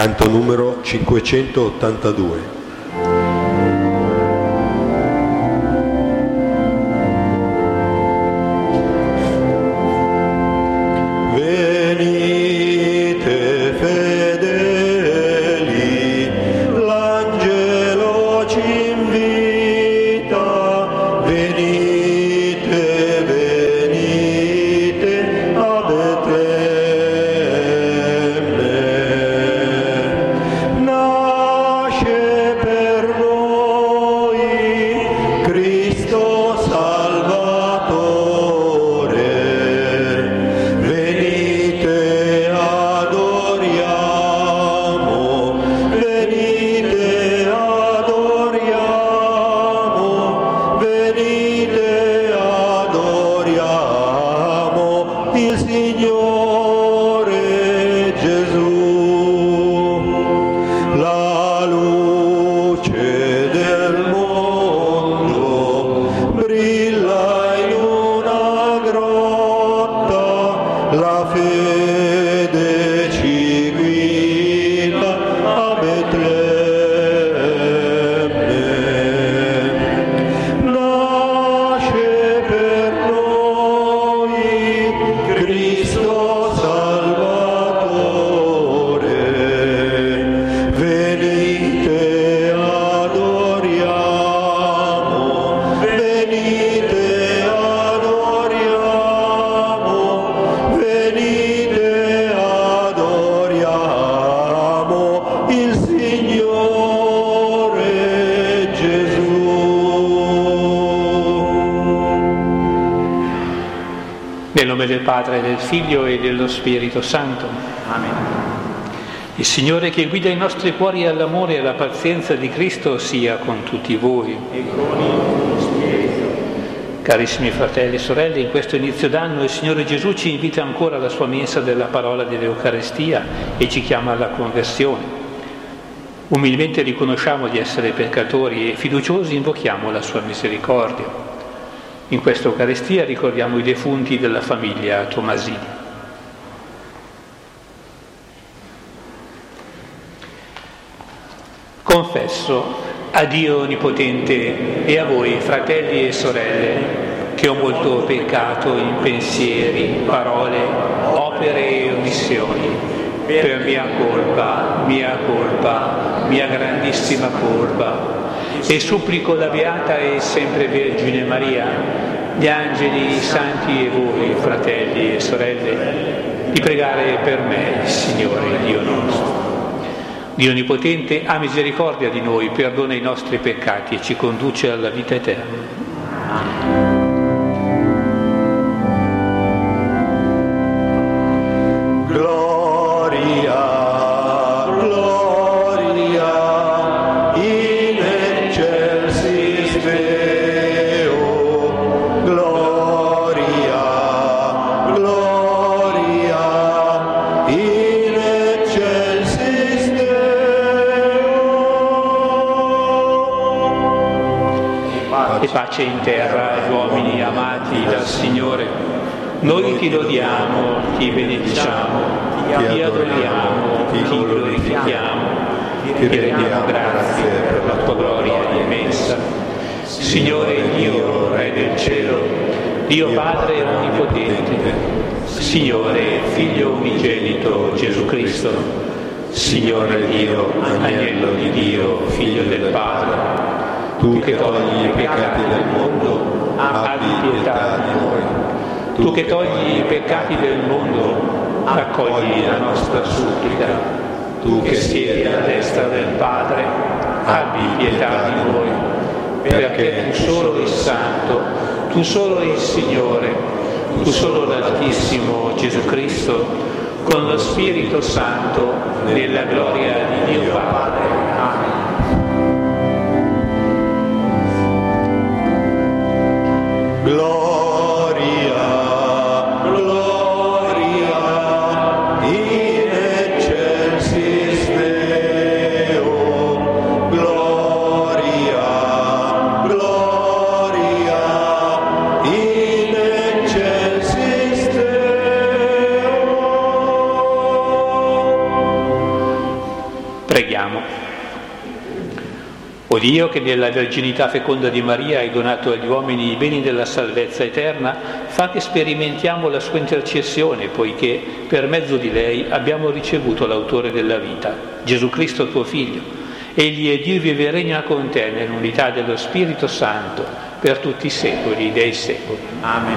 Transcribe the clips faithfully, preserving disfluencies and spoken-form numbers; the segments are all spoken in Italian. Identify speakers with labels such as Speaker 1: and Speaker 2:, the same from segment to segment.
Speaker 1: canto numero cinquecentottantadue.
Speaker 2: Nel nome del Padre, del Figlio e dello Spirito Santo. Amen. Il Signore che guida i nostri cuori all'amore e alla pazienza di Cristo sia con tutti voi.
Speaker 3: E con il Spirito.
Speaker 2: Carissimi fratelli e sorelle, in questo inizio d'anno il Signore Gesù ci invita ancora alla sua mensa della parola dell'Eucarestia e ci chiama alla conversione. Umilmente riconosciamo di essere peccatori e fiduciosi invochiamo la sua misericordia. In questa Eucaristia ricordiamo i defunti della famiglia Tomasini. Confesso a Dio Onnipotente e a voi, fratelli e sorelle, che ho molto peccato in pensieri, parole, opere e omissioni, per mia colpa, mia colpa, mia grandissima colpa. E supplico la Beata e sempre Vergine Maria, gli angeli, i santi e voi, fratelli e sorelle, di pregare per me, Signore Dio nostro. Dio Onnipotente ha misericordia di noi, perdona i nostri peccati e ci conduce alla vita eterna. Pace in terra agli uomini amati dal Signore. Noi ti lodiamo, ti benediciamo, ti adoriamo, ti glorifichiamo, ti rendiamo grazie per la tua gloria immensa. Signore Dio, Re del cielo, Dio Padre Onnipotente, Signore Figlio unigenito Gesù Cristo, Signore Dio, Agnello di Dio, Figlio del Padre, tu che togli i peccati del mondo, abbi pietà di noi. Tu che togli i peccati del mondo, accogli la nostra supplica. Tu che siedi alla destra del Padre, abbi pietà di noi. Perché tu solo il Santo, tu solo il Signore, tu solo l'Altissimo Gesù Cristo, con lo Spirito Santo, nella gloria di Dio Padre. Amen.
Speaker 4: Gloria, gloria, in excelsis Deo. Gloria, gloria, in excelsis Deo.
Speaker 2: Preghiamo. O Dio, che nella verginità feconda di Maria hai donato agli uomini i beni della salvezza eterna, fa che sperimentiamo la sua intercessione, poiché per mezzo di lei abbiamo ricevuto l'autore della vita, Gesù Cristo tuo Figlio. Egli è Dio e vive e regna con te nell'unità dello Spirito Santo per tutti i secoli dei secoli. Amen.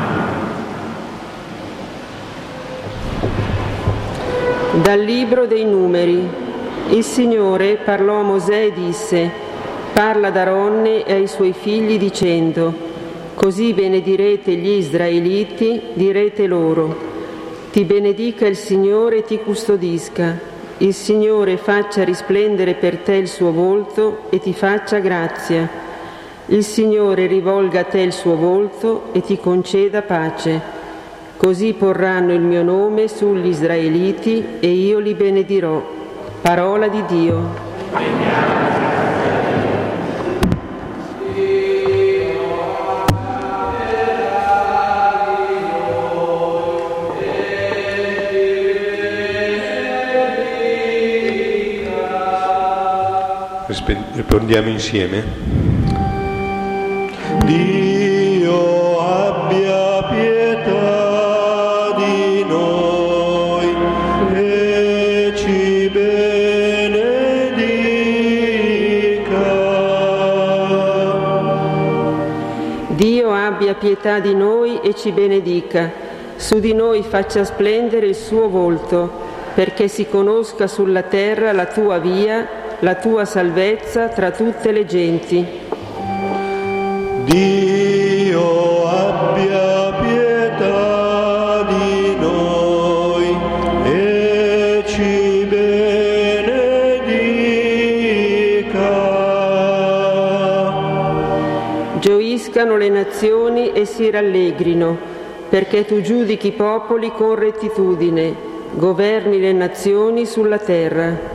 Speaker 5: Dal Libro dei Numeri. Il Signore parlò a Mosè e disse: parla ad Aronne e ai suoi figli dicendo: così benedirete gli Israeliti, direte loro: ti benedica il Signore e ti custodisca. Il Signore faccia risplendere per te il suo volto e ti faccia grazia. Il Signore rivolga a te il suo volto e ti conceda pace. Così porranno il mio nome sugli Israeliti e io li benedirò. Parola di Dio.
Speaker 1: Rispondiamo insieme.
Speaker 4: Dio abbia pietà di noi e ci benedica.
Speaker 5: Dio abbia pietà di noi e ci benedica. Su di noi faccia splendere il suo volto, perché si conosca sulla terra la tua via, la tua salvezza tra tutte le genti.
Speaker 4: Dio abbia pietà di noi e ci benedica.
Speaker 5: Gioiscano le nazioni e si rallegrino, perché tu giudichi i popoli con rettitudine, governi le nazioni sulla terra.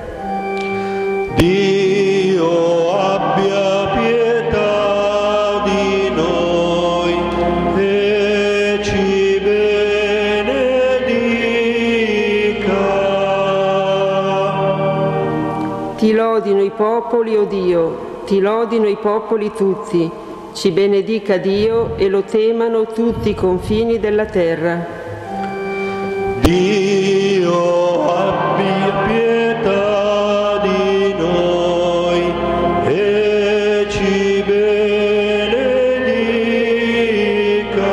Speaker 4: Dio abbia pietà di noi e ci benedica.
Speaker 5: Ti lodino i popoli, o Dio, ti lodino i popoli tutti, ci benedica Dio e lo temano tutti i confini della terra.
Speaker 4: Dio abbia pietà di noi e ci benedica.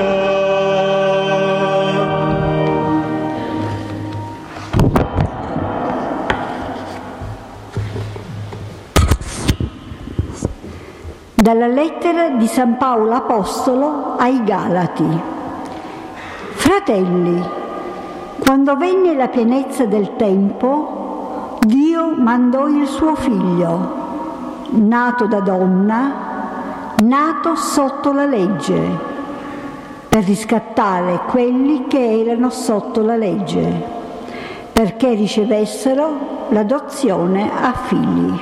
Speaker 6: Dalla lettera di San Paolo Apostolo ai Galati. Fratelli, quando venne la pienezza del tempo, Dio mandò il suo figlio, nato da donna, nato sotto la legge, per riscattare quelli che erano sotto la legge, perché ricevessero l'adozione a figli.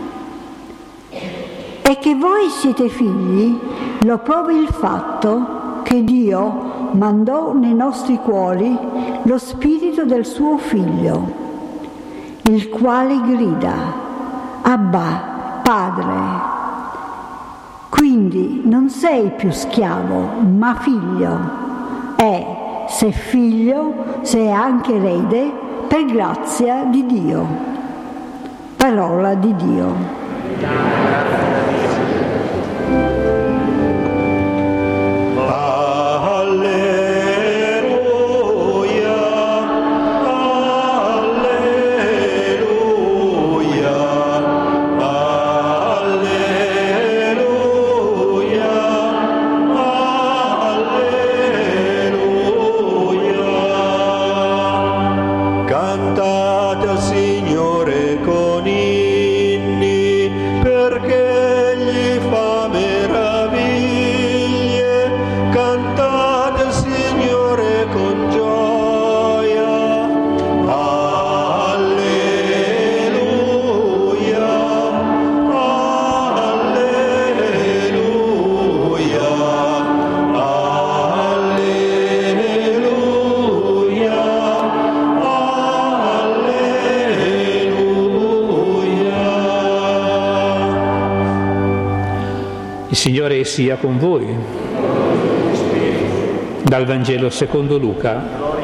Speaker 6: E che voi siete figli lo prova il fatto che Dio mandò nei nostri cuori lo spirito del suo Figlio, il quale grida: Abba, Padre. Quindi non sei più schiavo, ma figlio. E se figlio, sei anche erede per grazia di Dio. Parola di Dio.
Speaker 4: Cantate al Signore con inni, perché
Speaker 2: Signore sia con voi. Dal Vangelo secondo Luca.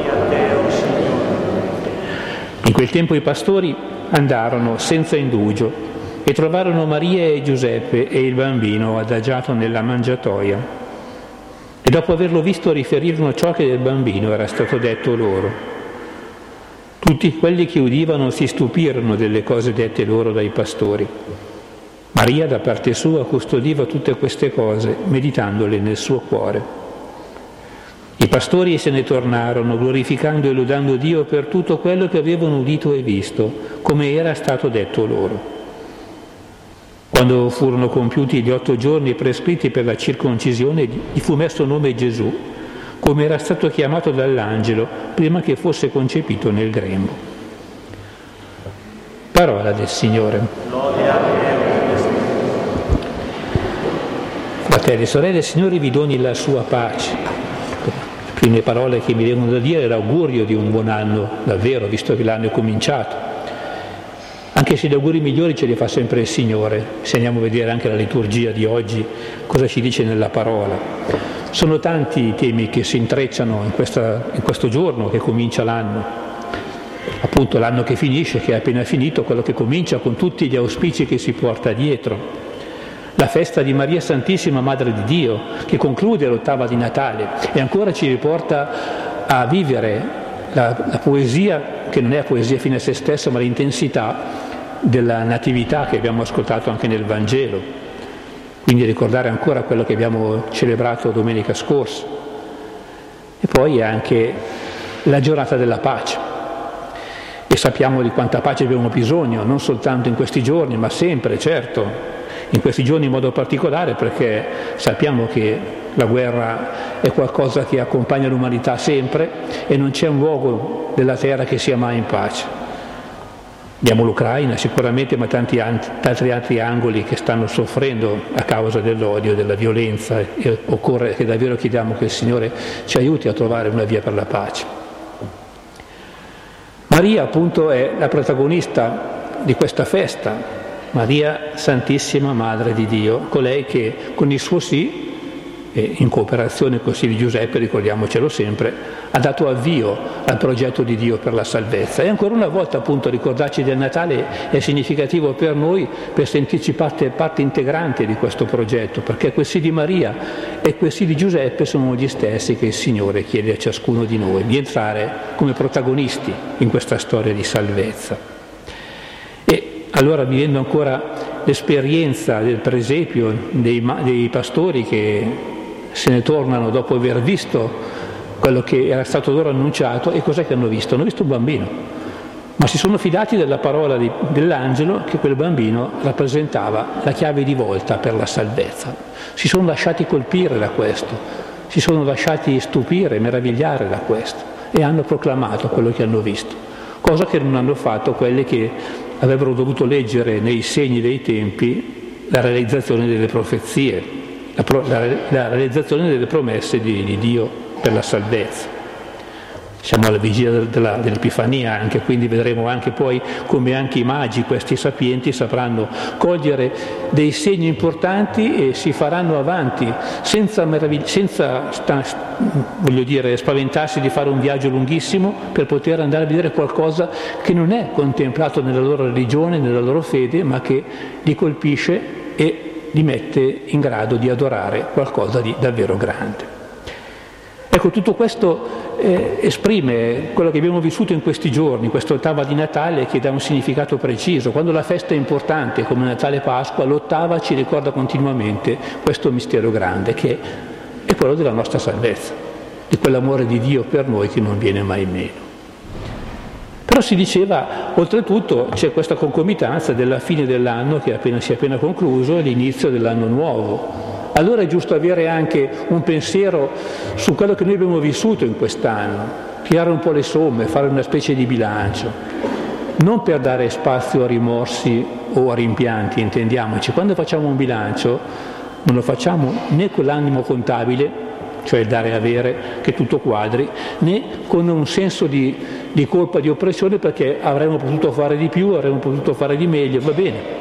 Speaker 2: In quel tempo i pastori andarono senza indugio e trovarono Maria e Giuseppe e il bambino adagiato nella mangiatoia. E dopo averlo visto riferirono ciò che del bambino era stato detto loro. Tutti quelli che udivano si stupirono delle cose dette loro dai pastori. Maria da parte sua custodiva tutte queste cose, meditandole nel suo cuore. I pastori se ne tornarono, glorificando e lodando Dio per tutto quello che avevano udito e visto, come era stato detto loro. Quando furono compiuti gli otto giorni prescritti per la circoncisione, gli fu messo nome Gesù, come era stato chiamato dall'angelo prima che fosse concepito nel grembo. Parola del Signore. Fratelli e sorelle, il Signore vi doni la sua pace. Le prime parole che mi vengono da dire è l'augurio di un buon anno, davvero, visto che l'anno è cominciato. Anche se gli auguri migliori ce li fa sempre il Signore, se andiamo a vedere anche la liturgia di oggi, cosa ci dice nella parola. Sono tanti i temi che si intrecciano in, questa, in questo giorno che comincia l'anno. Appunto l'anno che finisce, che è appena finito, quello che comincia con tutti gli auspici che si porta dietro. La festa di Maria Santissima, Madre di Dio, che conclude l'ottava di Natale e ancora ci riporta a vivere la, la poesia, che non è la poesia fine a se stessa, ma l'intensità della Natività che abbiamo ascoltato anche nel Vangelo. Quindi ricordare ancora quello che abbiamo celebrato domenica scorsa. E poi anche la giornata della pace. E sappiamo di quanta pace abbiamo bisogno, non soltanto in questi giorni, ma sempre, certo. In questi giorni in modo particolare, perché sappiamo che la guerra è qualcosa che accompagna l'umanità sempre e non c'è un luogo della terra che sia mai in pace. Abbiamo l'Ucraina sicuramente, ma tanti altri altri angoli che stanno soffrendo a causa dell'odio, della violenza, e occorre che davvero chiediamo che il Signore ci aiuti a trovare una via per la pace. Maria appunto è la protagonista di questa festa, Maria Santissima Madre di Dio, colei che con il suo sì, e in cooperazione con sì di Giuseppe, ricordiamocelo sempre, ha dato avvio al progetto di Dio per la salvezza. E ancora una volta appunto ricordarci del Natale è significativo per noi, per sentirci parte, parte integrante di questo progetto, perché quel sì di Maria e quel sì di Giuseppe sono gli stessi che il Signore chiede a ciascuno di noi, di entrare come protagonisti in questa storia di salvezza. Allora, vivendo ancora l'esperienza del presepio dei, dei pastori che se ne tornano dopo aver visto quello che era stato loro annunciato, e cos'è che hanno visto? Hanno visto un bambino, ma si sono fidati della parola di, dell'angelo che quel bambino rappresentava la chiave di volta per la salvezza. Si sono lasciati colpire da questo, si sono lasciati stupire, meravigliare da questo e hanno proclamato quello che hanno visto, cosa che non hanno fatto quelli che avrebbero dovuto leggere nei segni dei tempi la realizzazione delle profezie, la, pro, la, la realizzazione delle promesse di, di Dio per la salvezza. Siamo alla vigilia della, dell'Epifania anche, quindi vedremo anche poi come anche i magi, questi sapienti, sapranno cogliere dei segni importanti e si faranno avanti senza, meravigli- senza sta, voglio dire, spaventarsi di fare un viaggio lunghissimo per poter andare a vedere qualcosa che non è contemplato nella loro religione, nella loro fede, ma che li colpisce e li mette in grado di adorare qualcosa di davvero grande. Ecco, tutto questo eh, esprime quello che abbiamo vissuto in questi giorni, questa ottava di Natale, che dà un significato preciso. Quando la festa è importante, come Natale e Pasqua, l'ottava ci ricorda continuamente questo mistero grande, che è quello della nostra salvezza, di quell'amore di Dio per noi che non viene mai meno. Però si diceva, oltretutto, c'è questa concomitanza della fine dell'anno che appena si è appena concluso e l'inizio dell'anno nuovo. Allora è giusto avere anche un pensiero su quello che noi abbiamo vissuto in quest'anno, tirare un po' le somme, fare una specie di bilancio, non per dare spazio a rimorsi o a rimpianti, intendiamoci. Quando facciamo un bilancio non lo facciamo né con l'animo contabile, cioè il dare e avere, che tutto quadri, né con un senso di, di colpa, di oppressione, perché avremmo potuto fare di più, avremmo potuto fare di meglio, va bene.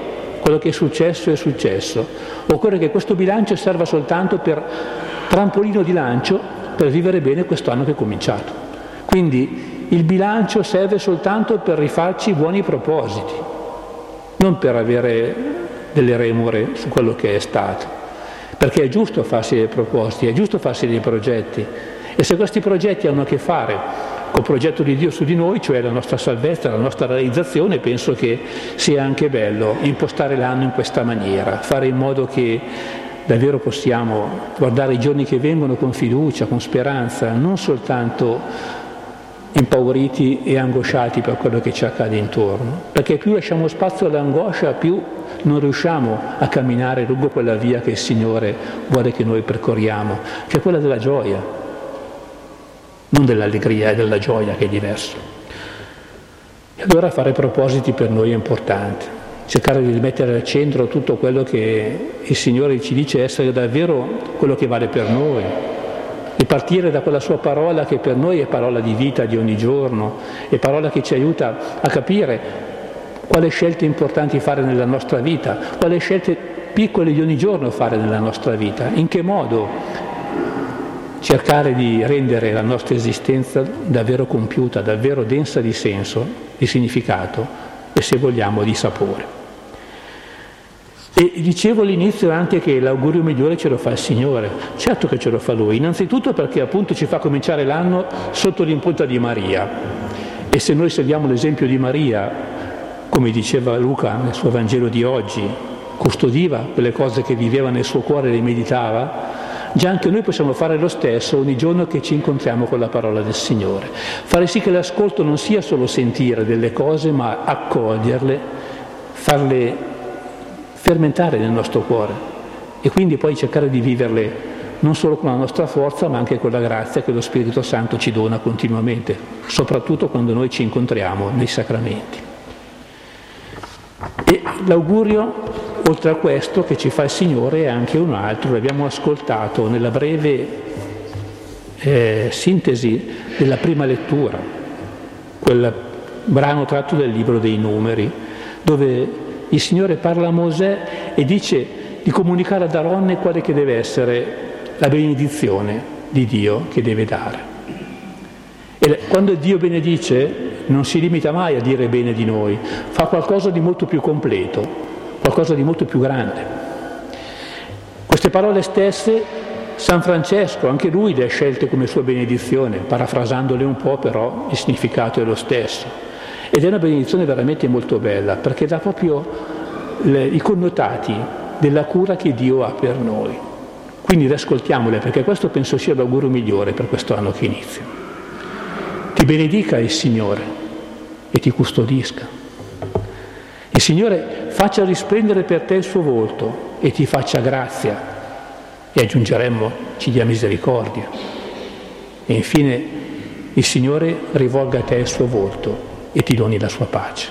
Speaker 7: quello che è successo è successo. Occorre che questo bilancio serva soltanto per trampolino di lancio per vivere bene questo anno che è cominciato. Quindi il bilancio serve soltanto per rifarci buoni propositi, non per avere delle remore su quello che è stato, perché è giusto farsi dei propositi, è giusto farsi dei progetti, e se questi progetti hanno a che fare col progetto di Dio su di noi, cioè la nostra salvezza, la nostra realizzazione, penso che sia anche bello impostare l'anno in questa maniera, fare in modo che davvero possiamo guardare i giorni che vengono con fiducia, con speranza, non soltanto impauriti e angosciati per quello che ci accade intorno, perché più lasciamo spazio all'angoscia, più non riusciamo a camminare lungo quella via che il Signore vuole che noi percorriamo, che è quella della gioia, non dell'allegria e della gioia, che è diverso. E allora fare propositi per noi è importante, cercare di mettere al centro tutto quello che il Signore ci dice essere davvero quello che vale per noi, e partire da quella sua parola che per noi è parola di vita di ogni giorno, è parola che ci aiuta a capire quali scelte importanti fare nella nostra vita, quali scelte piccole di ogni giorno fare nella nostra vita, in che modo cercare di rendere la nostra esistenza davvero compiuta, davvero densa di senso, di significato e, se vogliamo, di sapore. E dicevo all'inizio anche che l'augurio migliore ce lo fa il Signore. Certo che ce lo fa Lui, innanzitutto perché appunto ci fa cominciare l'anno sotto l'impronta di Maria, e se noi seguiamo l'esempio di Maria, come diceva Luca nel suo Vangelo di oggi, custodiva quelle cose che viveva nel suo cuore e le meditava, già anche noi possiamo fare lo stesso ogni giorno che ci incontriamo con la parola del Signore. Fare sì che l'ascolto non sia solo sentire delle cose, ma accoglierle, farle fermentare nel nostro cuore e quindi poi cercare di viverle non solo con la nostra forza, ma anche con la grazia che lo Spirito Santo ci dona continuamente, soprattutto quando noi ci incontriamo nei sacramenti. E l'augurio, oltre a questo, che ci fa il Signore è anche un altro, l'abbiamo ascoltato nella breve eh, sintesi della prima lettura, quel brano tratto dal libro dei Numeri, dove il Signore parla a Mosè e dice di comunicare ad Aronne quale che deve essere la benedizione di Dio che deve dare. E quando Dio benedice non si limita mai a dire bene di noi, fa qualcosa di molto più completo, qualcosa di molto più grande. Queste parole stesse San Francesco, anche lui le ha scelte come sua benedizione, parafrasandole un po', però il significato è lo stesso. Ed è una benedizione veramente molto bella, perché dà proprio le, i connotati della cura che Dio ha per noi. Quindi ascoltiamole, perché questo penso sia l'augurio migliore per questo anno che inizia. Ti benedica il Signore e ti custodisca. Il Signore faccia risplendere per te il suo volto e ti faccia grazia, e aggiungeremmo ci dia misericordia. E infine il Signore rivolga a te il suo volto e ti doni la sua pace.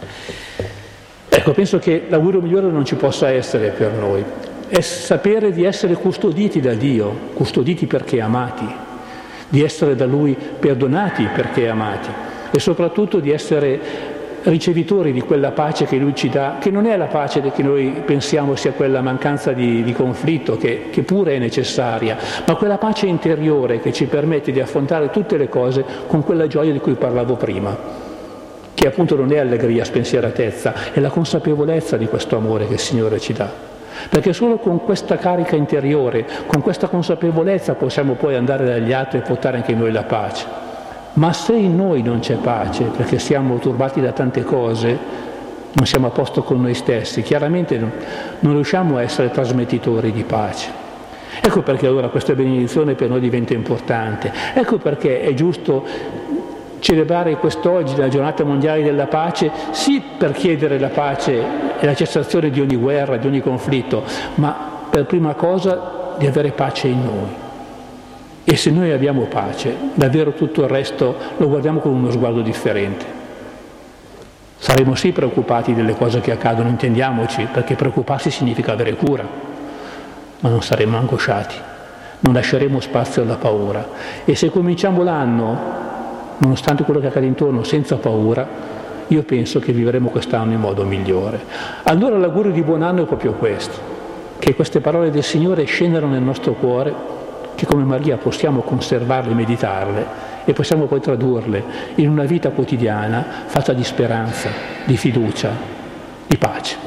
Speaker 7: Ecco, penso che l'augurio migliore non ci possa essere per noi, è sapere di essere custoditi da Dio, custoditi perché amati, di essere da Lui perdonati perché amati, e soprattutto di essere ricevitori di quella pace che Lui ci dà, che non è la pace che noi pensiamo sia quella mancanza di, di conflitto, che, che pure è necessaria, ma quella pace interiore che ci permette di affrontare tutte le cose con quella gioia di cui parlavo prima, che appunto non è allegria, spensieratezza, è la consapevolezza di questo amore che il Signore ci dà. Perché solo con questa carica interiore, con questa consapevolezza possiamo poi andare dagli altri e portare anche noi la pace. Ma se in noi non c'è pace, perché siamo turbati da tante cose, non siamo a posto con noi stessi, chiaramente non, non riusciamo a essere trasmettitori di pace. Ecco perché allora questa benedizione per noi diventa importante. Ecco perché è giusto celebrare quest'oggi la giornata mondiale della pace, sì per chiedere la pace e la cessazione di ogni guerra, di ogni conflitto, ma per prima cosa di avere pace in noi. E se noi abbiamo pace, davvero tutto il resto lo guardiamo con uno sguardo differente. Saremo sì preoccupati delle cose che accadono, intendiamoci, perché preoccuparsi significa avere cura, ma non saremo angosciati, non lasceremo spazio alla paura. E se cominciamo l'anno nonostante quello che accade intorno, senza paura, io penso che vivremo quest'anno in modo migliore. Allora l'augurio di buon anno è proprio questo, che queste parole del Signore scendano nel nostro cuore, che come Maria possiamo conservarle e meditarle e possiamo poi tradurle in una vita quotidiana fatta di speranza, di fiducia, di pace.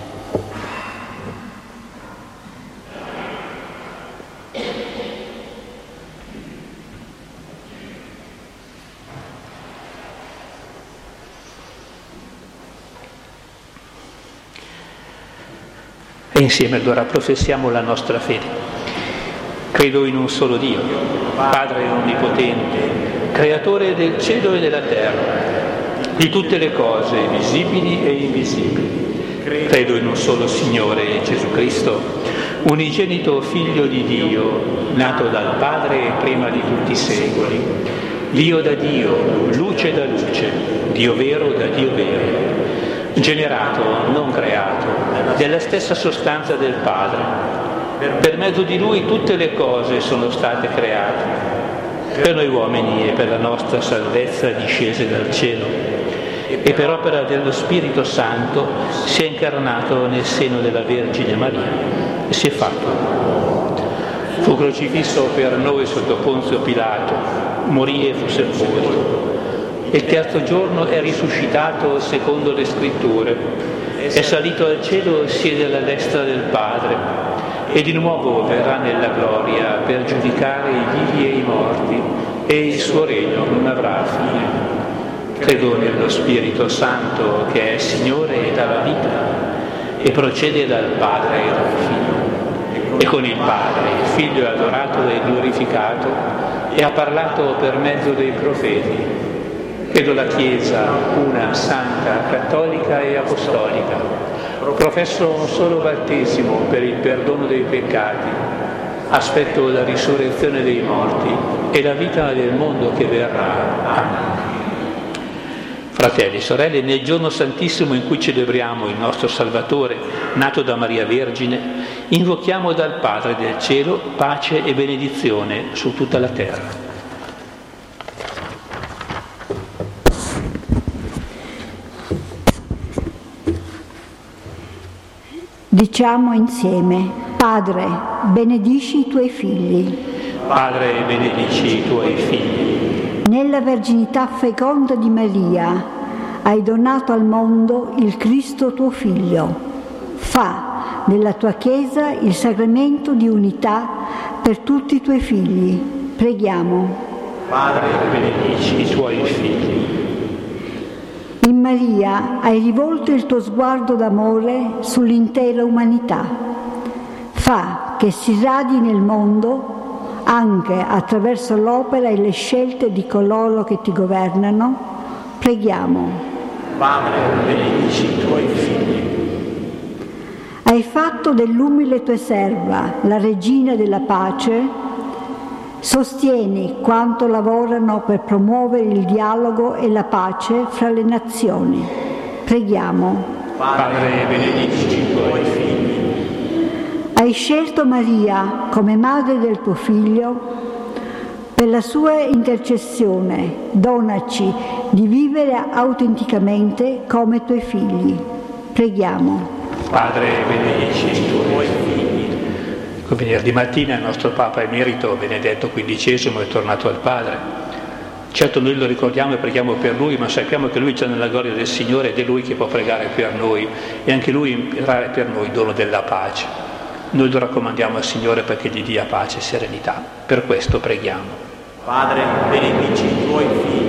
Speaker 7: E insieme allora professiamo la nostra fede. Credo in un solo Dio, Padre onnipotente, creatore del cielo e della terra, di tutte le cose visibili e invisibili. Credo in un solo Signore, Gesù Cristo, unigenito Figlio di Dio, nato dal Padre prima di tutti i secoli, Dio da Dio, luce da luce, Dio vero da Dio vero, generato, non creato, della stessa sostanza del Padre. Per mezzo di Lui tutte le cose sono state create, per noi uomini e per la nostra salvezza discese dal cielo, e per opera dello Spirito Santo si è incarnato nel seno della Vergine Maria e si è fatto uomo. Fu crocifisso per noi sotto Ponzio Pilato, morì e fu sepolto. Il terzo giorno è risuscitato secondo le Scritture, è salito al cielo e siede alla destra del Padre, e di nuovo verrà nella gloria per giudicare i vivi e i morti, e il suo regno non avrà fine. Credo nello Spirito Santo, che è Signore e dà la vita, e procede dal Padre e dal Figlio, e con il Padre il Figlio è adorato e glorificato, e ha parlato per mezzo dei profeti. Credo la Chiesa, una, santa, cattolica e apostolica. Professo un solo battesimo per il perdono dei peccati. Aspetto la risurrezione dei morti e la vita del mondo che verrà. Amen. Fratelli e sorelle, nel giorno santissimo in cui celebriamo il nostro Salvatore, nato da Maria Vergine, invochiamo dal Padre del cielo pace e benedizione su tutta la terra.
Speaker 6: Diciamo insieme: Padre, benedici i tuoi figli.
Speaker 2: Padre, benedici i tuoi figli.
Speaker 6: Nella verginità feconda di Maria hai donato al mondo il Cristo tuo Figlio. Fa nella tua Chiesa il sacramento di unità per tutti i tuoi figli. Preghiamo.
Speaker 2: Padre, benedici i tuoi figli.
Speaker 6: In Maria hai rivolto il tuo sguardo d'amore sull'intera umanità. Fa che si radi nel mondo, anche attraverso l'opera e le scelte di coloro che ti governano. Preghiamo.
Speaker 2: Padre, benedici i tuoi figli.
Speaker 6: Hai fatto dell'umile tua serva la regina della pace. Sostieni quanto lavorano per promuovere il dialogo e la pace fra le nazioni. Preghiamo.
Speaker 2: Padre, benedici i tuoi figli.
Speaker 6: Hai scelto Maria come madre del tuo Figlio. Per la sua intercessione donaci di vivere autenticamente come tuoi figli. Preghiamo.
Speaker 2: Padre, benedici i tuoi figli.
Speaker 7: Venerdì mattina il nostro Papa Emerito Benedetto quindicesimo è tornato al Padre. Certo noi lo ricordiamo e preghiamo per lui, ma sappiamo che lui è già nella gloria del Signore ed è lui che può pregare per noi e anche lui imparare per noi il dono della pace. Noi lo raccomandiamo al Signore perché gli dia pace e serenità. Per questo preghiamo.
Speaker 3: Padre, benedici i tuoi figli.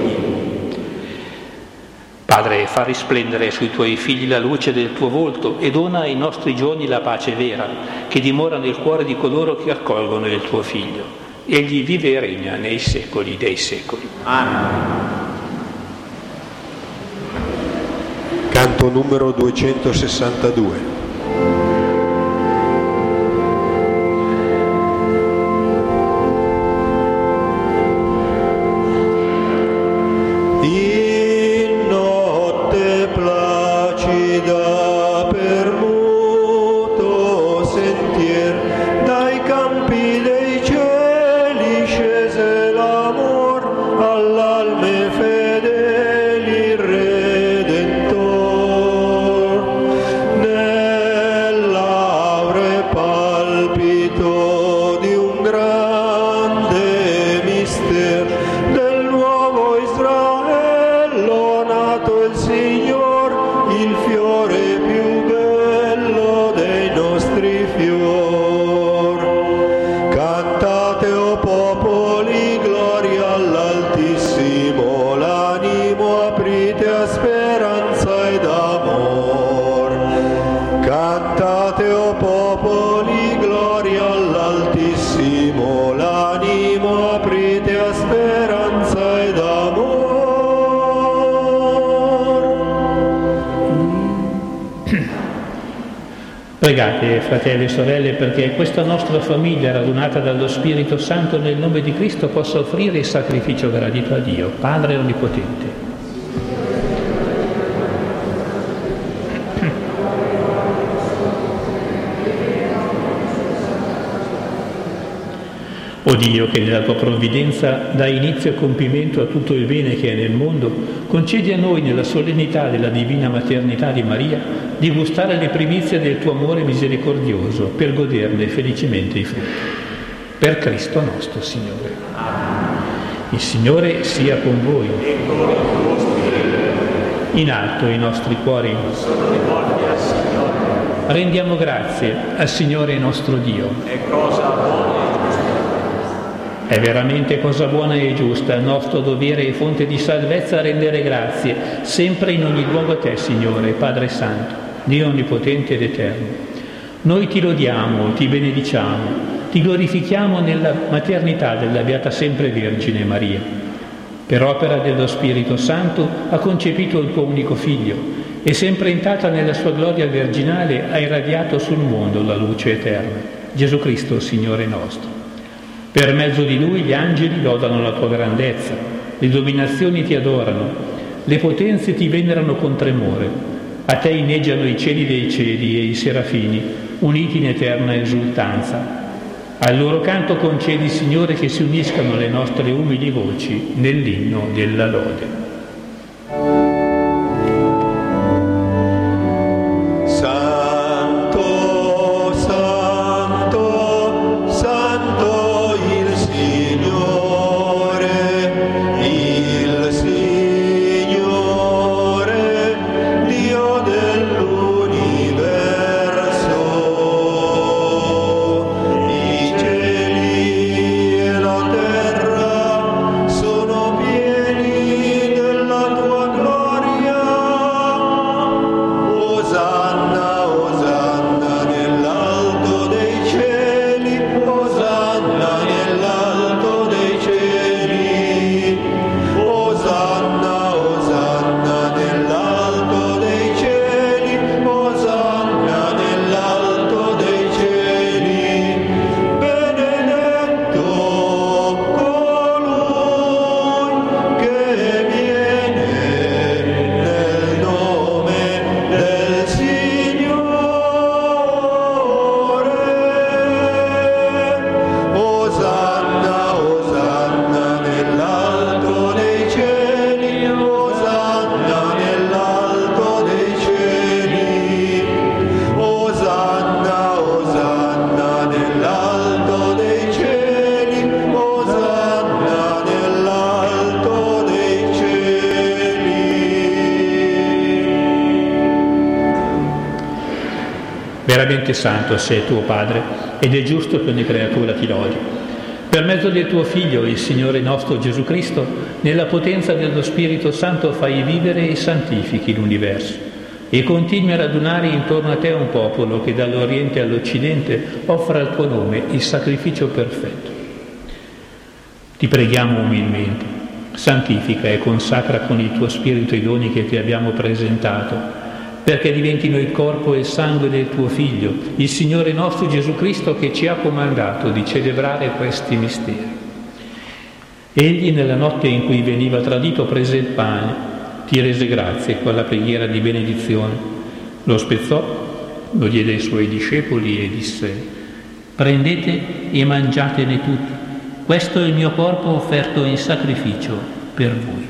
Speaker 7: Padre, fa risplendere sui tuoi figli la luce del tuo volto e dona ai nostri giorni la pace vera, che dimora nel cuore di coloro che accolgono il tuo Figlio. Egli vive e regna nei secoli dei secoli.
Speaker 3: Amen.
Speaker 1: Canto numero duecentosessantadue.
Speaker 4: All'alme fedeli il Redentore.
Speaker 7: Pregate, fratelli e sorelle, perché questa nostra famiglia, radunata dallo Spirito Santo nel nome di Cristo, possa offrire il sacrificio gradito a Dio, Padre Onnipotente. O Dio, che nella tua provvidenza dai inizio e compimento a tutto il bene che è nel mondo, concedi a noi, nella solennità della divina maternità di Maria, di gustare le primizie del tuo amore misericordioso, per goderne felicemente i frutti. Per Cristo nostro Signore. Il Signore sia con voi. In alto i nostri cuori. Rendiamo grazie al Signore nostro Dio.
Speaker 3: È cosa buona.
Speaker 7: È veramente cosa buona e giusta, nostro dovere e fonte di salvezza rendere grazie, sempre in ogni luogo a te, Signore, Padre Santo, Dio Onnipotente ed Eterno. Noi ti lodiamo, ti benediciamo, ti glorifichiamo nella maternità della Beata Sempre Vergine Maria. Per opera dello Spirito Santo ha concepito il tuo unico Figlio e sempre entrata nella sua gloria virginale ha irradiato sul mondo la luce eterna, Gesù Cristo, Signore nostro. Per mezzo di Lui gli angeli lodano la tua grandezza, le dominazioni ti adorano, le potenze ti venerano con tremore. A te inneggiano i cieli dei cieli e i serafini, uniti in eterna esultanza. Al loro canto concedi, Signore, che si uniscano le nostre umili voci nell'inno della lode. Veramente santo sei tuo Padre, ed è giusto che ogni creatura ti lodi. Per mezzo del tuo Figlio, il Signore nostro Gesù Cristo, nella potenza dello Spirito Santo fai vivere e santifichi l'universo, e continui a radunare intorno a te un popolo che dall'Oriente all'Occidente offra al tuo nome il sacrificio perfetto. Ti preghiamo umilmente, santifica e consacra con il tuo Spirito i doni che ti abbiamo presentato, perché diventino il corpo e il sangue del tuo Figlio, il Signore nostro Gesù Cristo, che ci ha comandato di celebrare questi misteri. Egli, nella notte in cui veniva tradito, prese il pane, ti rese grazie con la preghiera di benedizione, lo spezzò, lo diede ai suoi discepoli e disse: prendete e mangiatene tutti, questo è il mio corpo offerto in sacrificio per voi.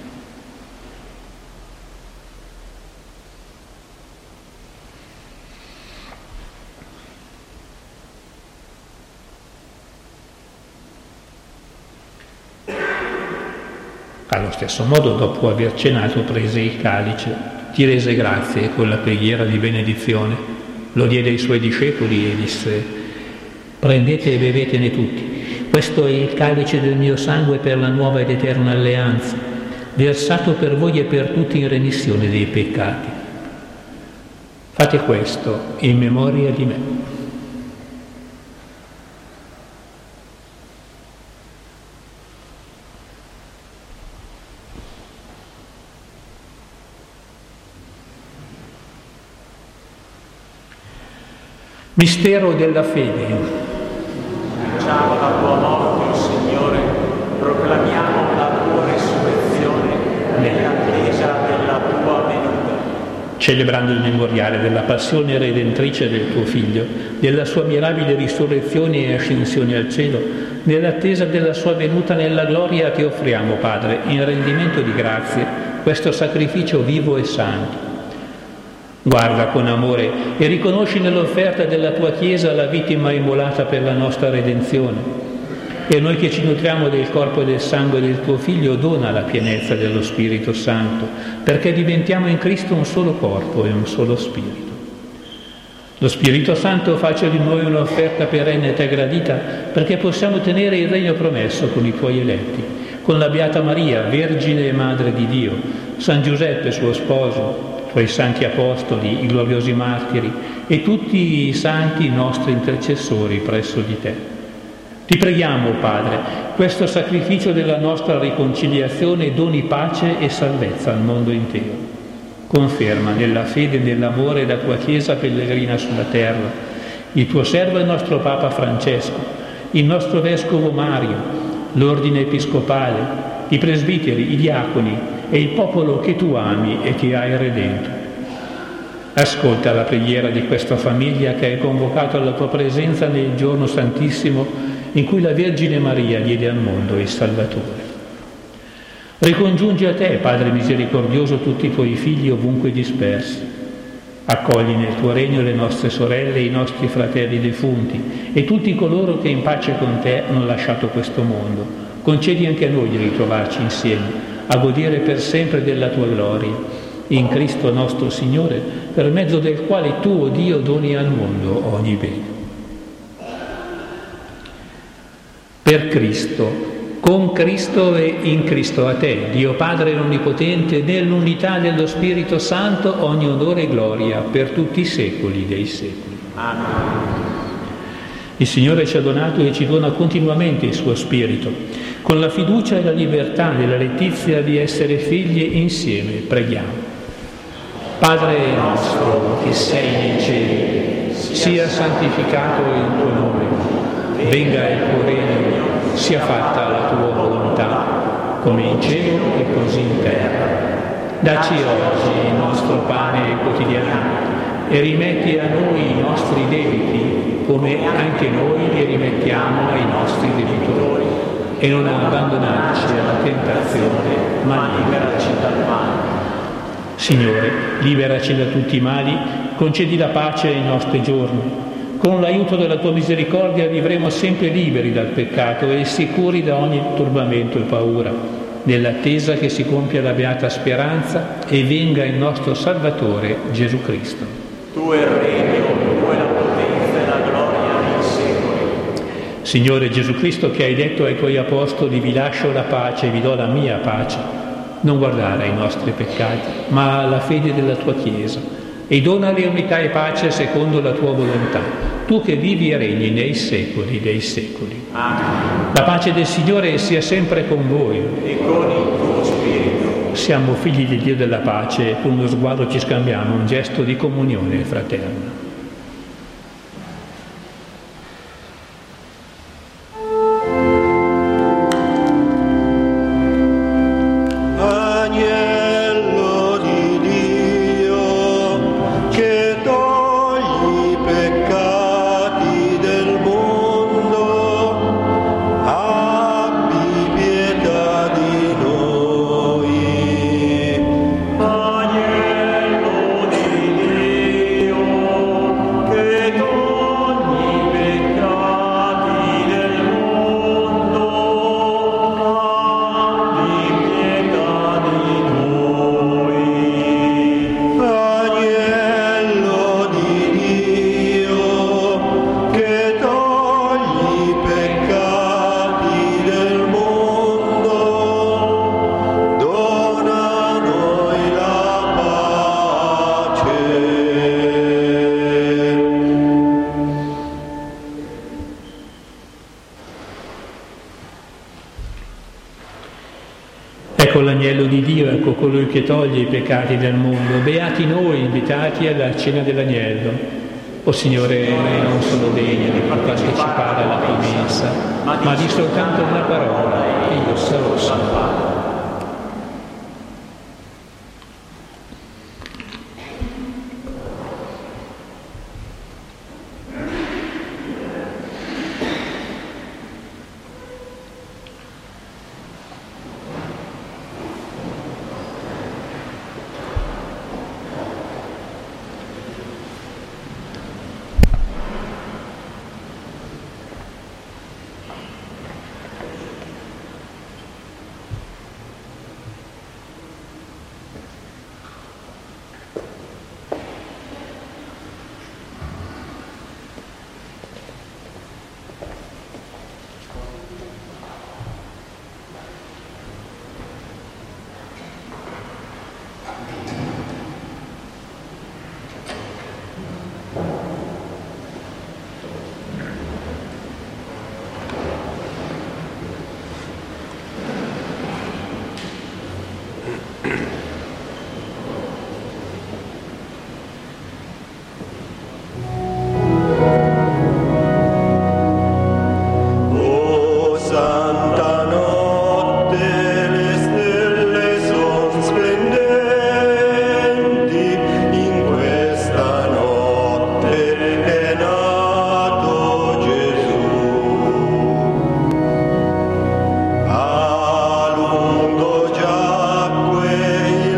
Speaker 7: Allo stesso modo, dopo aver cenato, prese il calice, ti rese grazie con la preghiera di benedizione, lo diede ai suoi discepoli e disse: prendete e bevetene tutti, questo è il calice del mio sangue per la nuova ed eterna alleanza, versato per voi e per tutti in remissione dei peccati. Fate questo in memoria di me. Mistero della fede.
Speaker 3: Annunciamo la tua morte, o Signore, proclamiamo la tua resurrezione nell'attesa della tua venuta.
Speaker 7: Celebrando il memoriale della passione redentrice del tuo Figlio, della sua mirabile risurrezione e ascensione al cielo, nell'attesa della sua venuta nella gloria, ti offriamo, Padre, in rendimento di grazie, questo sacrificio vivo e santo. Guarda con amore e riconosci nell'offerta della tua Chiesa la vittima immolata per la nostra redenzione. E noi che ci nutriamo del corpo e del sangue del tuo Figlio, dona la pienezza dello Spirito Santo, perché diventiamo in Cristo un solo corpo e un solo Spirito. Lo Spirito Santo faccia di noi un'offerta perenne e te gradita, perché possiamo ottenere il regno promesso con i tuoi eletti, con la Beata Maria, Vergine e Madre di Dio, San Giuseppe suo sposo, i tuoi santi apostoli, i gloriosi martiri e tutti i santi nostri intercessori presso di te. Ti preghiamo, Padre, questo sacrificio della nostra riconciliazione doni pace e salvezza al mondo intero. Conferma nella fede e nell'amore la tua Chiesa pellegrina sulla terra, il tuo servo e il nostro Papa Francesco, il nostro Vescovo Mario, l'ordine episcopale, i presbiteri, i diaconi e il popolo che tu ami e che hai redento. Ascolta la preghiera di questa famiglia che hai convocato alla tua presenza nel giorno santissimo in cui la Vergine Maria diede al mondo il Salvatore. Ricongiungi a te, Padre misericordioso, tutti i tuoi figli ovunque dispersi. Accogli nel tuo regno le nostre sorelle e i nostri fratelli defunti e tutti coloro che in pace con te hanno lasciato questo mondo. Concedi anche a noi di ritrovarci insieme, a godere per sempre della tua gloria. In Cristo nostro Signore, per mezzo del quale tu, o Dio, doni al mondo ogni bene. Per Cristo, con Cristo e in Cristo a te, Dio Padre Onnipotente, nell'unità dello Spirito Santo, ogni onore e gloria per tutti i secoli dei secoli.
Speaker 3: Amen.
Speaker 7: Il Signore ci ha donato e ci dona continuamente il suo Spirito. Con la fiducia e la libertà e la letizia di essere figli insieme preghiamo. Padre nostro che sei nei cieli, sia santificato il tuo nome, venga il tuo regno, sia fatta la tua volontà, come in cielo e così in terra. Dacci oggi il nostro pane quotidiano e rimetti a noi i nostri debiti, come anche noi li rimettiamo ai nostri debitori. E non abbandonarci alla tentazione, ma liberaci dal male. Signore, liberaci da tutti i mali, concedi la pace ai nostri giorni. Con l'aiuto della tua misericordia vivremo sempre liberi dal peccato e sicuri da ogni turbamento e paura, nell'attesa che si compia la beata speranza e venga il nostro Salvatore Gesù Cristo.
Speaker 3: Tu è il regno, tu è la potenza e la gloria nei secoli.
Speaker 7: Signore Gesù Cristo, che hai detto ai tuoi apostoli: vi lascio la pace e vi do la mia pace, non guardare ai nostri peccati, ma alla fede della tua Chiesa, e donale unità e pace secondo la tua volontà, tu che vivi e regni nei secoli dei secoli.
Speaker 3: Amen.
Speaker 7: La pace del Signore sia sempre con voi.
Speaker 3: E con il tuo spirito.
Speaker 7: Siamo figli di Dio della pace e con uno sguardo ci scambiamo un gesto di comunione fraterna. Ecco l'agnello di Dio, ecco colui che toglie i peccati del mondo. Beati noi invitati alla cena dell'agnello. O Signore, non sono degno di partecipare alla tua mensa, ma di soltanto una parola e io sarò salvato.
Speaker 4: A lungo giacque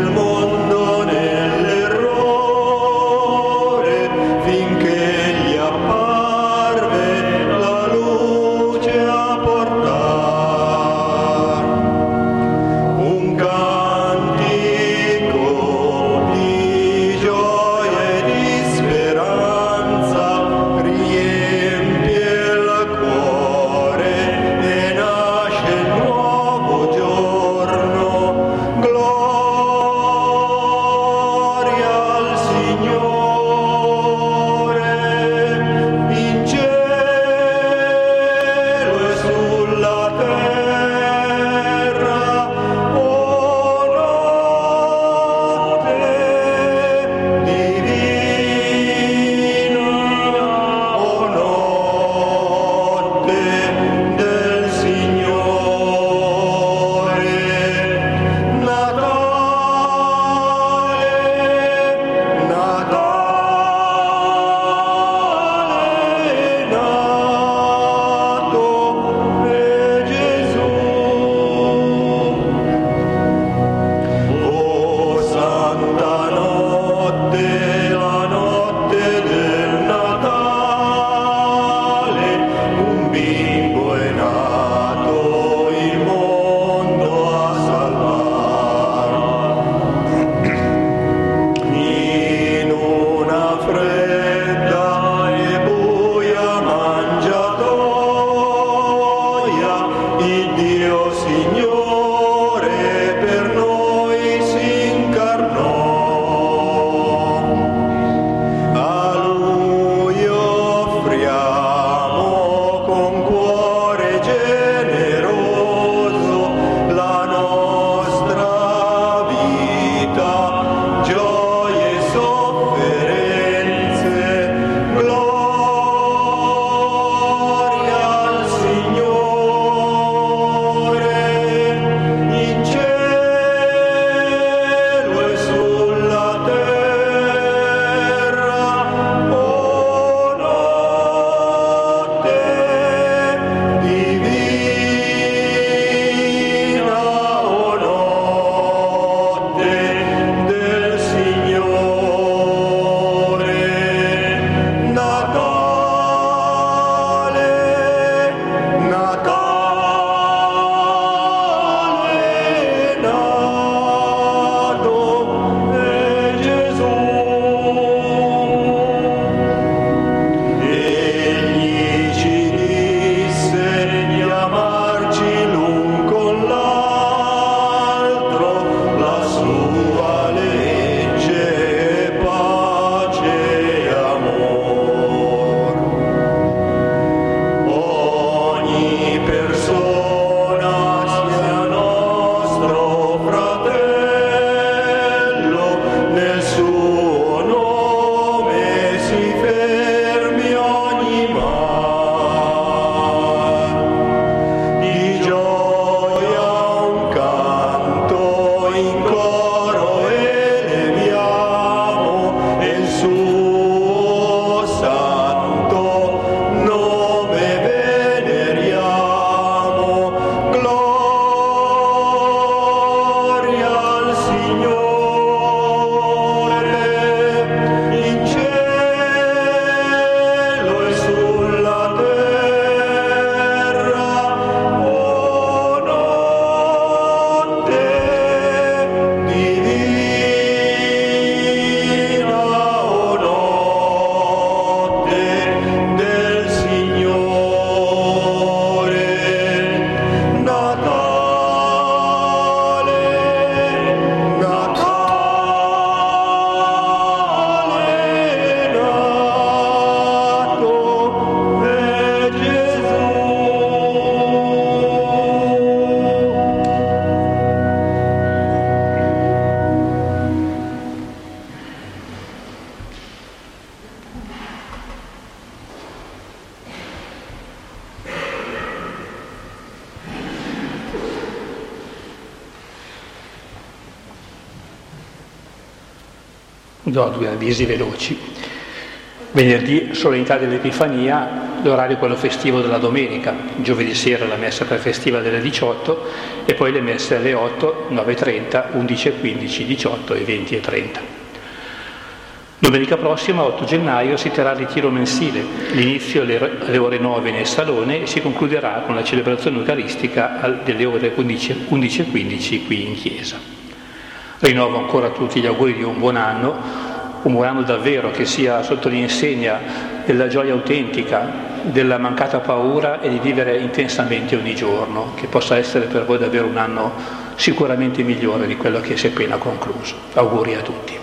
Speaker 7: do due avvisi veloci. Venerdì, solennità dell'Epifania, l'orario è quello festivo della domenica, giovedì sera la messa prefestiva delle diciotto e poi le messe alle otto, nove e trenta, undici e quindici, diciotto e venti e trenta. Domenica prossima, otto gennaio, si terrà il ritiro mensile, l'inizio alle ore nove nel salone e si concluderà con la celebrazione eucaristica delle ore undici e quindici qui in chiesa. Rinnovo ancora a tutti gli auguri di un buon anno, un buon anno davvero che sia sotto l'insegna della gioia autentica, della mancata paura e di vivere intensamente ogni giorno, che possa essere per voi davvero un anno sicuramente migliore di quello che si è appena concluso. Auguri a tutti.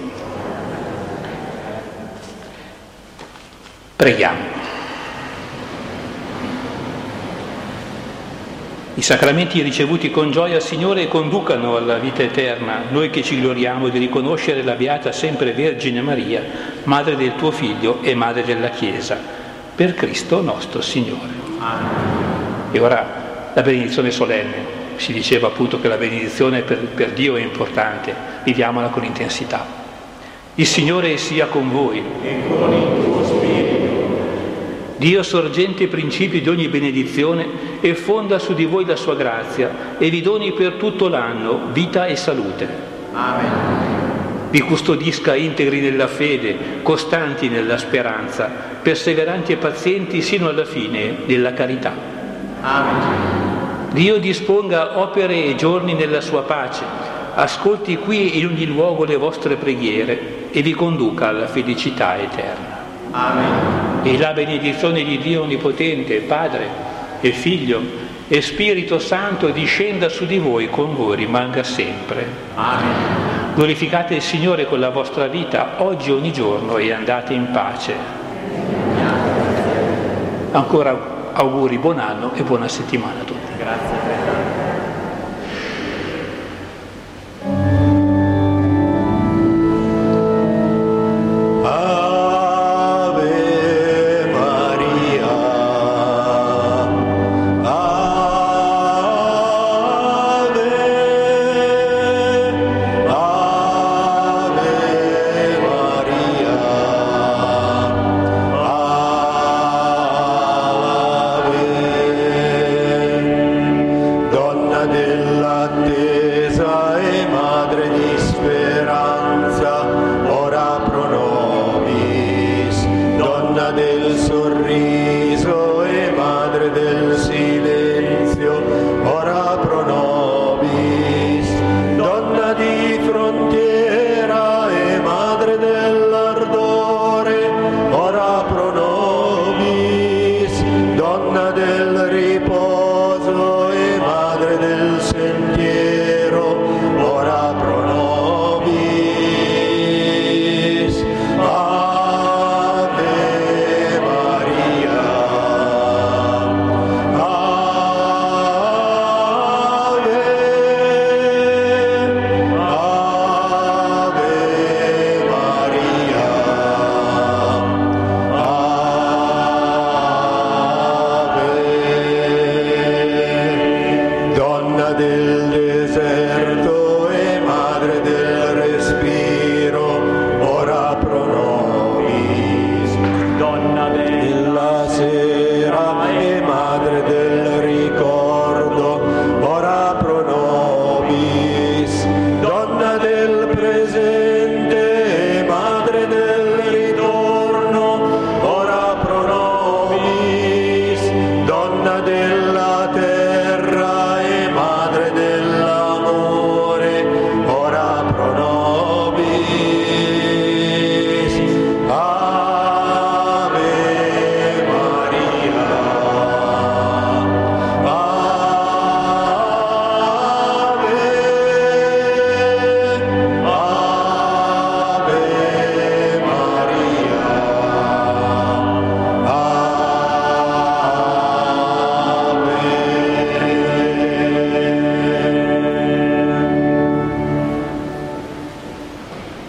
Speaker 7: Preghiamo. I sacramenti ricevuti con gioia, Signore, conducano alla vita eterna, noi che ci gloriamo di riconoscere la Beata sempre Vergine Maria, Madre del tuo Figlio e Madre della Chiesa, per Cristo nostro Signore. Amen. E ora la benedizione solenne. Si diceva appunto che la benedizione per, per Dio è importante, viviamola con intensità. Il Signore sia con voi.
Speaker 3: E con il tuo spirito.
Speaker 7: Dio sorgente e principio di ogni benedizione e fonda su di voi la sua grazia e vi doni per tutto l'anno vita e salute.
Speaker 3: Amen.
Speaker 7: Vi custodisca integri nella fede, costanti nella speranza, perseveranti e pazienti sino alla fine della carità.
Speaker 3: Amen.
Speaker 7: Dio disponga opere e giorni nella sua pace, ascolti qui e in ogni luogo le vostre preghiere e vi conduca alla felicità eterna.
Speaker 3: Amen.
Speaker 7: E la benedizione di Dio Onnipotente, Padre e Figlio e Spirito Santo discenda su di voi, con voi rimanga sempre.
Speaker 3: Amen.
Speaker 7: Glorificate il Signore con la vostra vita, oggi e ogni giorno, e andate in pace. Ancora auguri, buon anno e buona settimana a tutti.
Speaker 3: Grazie.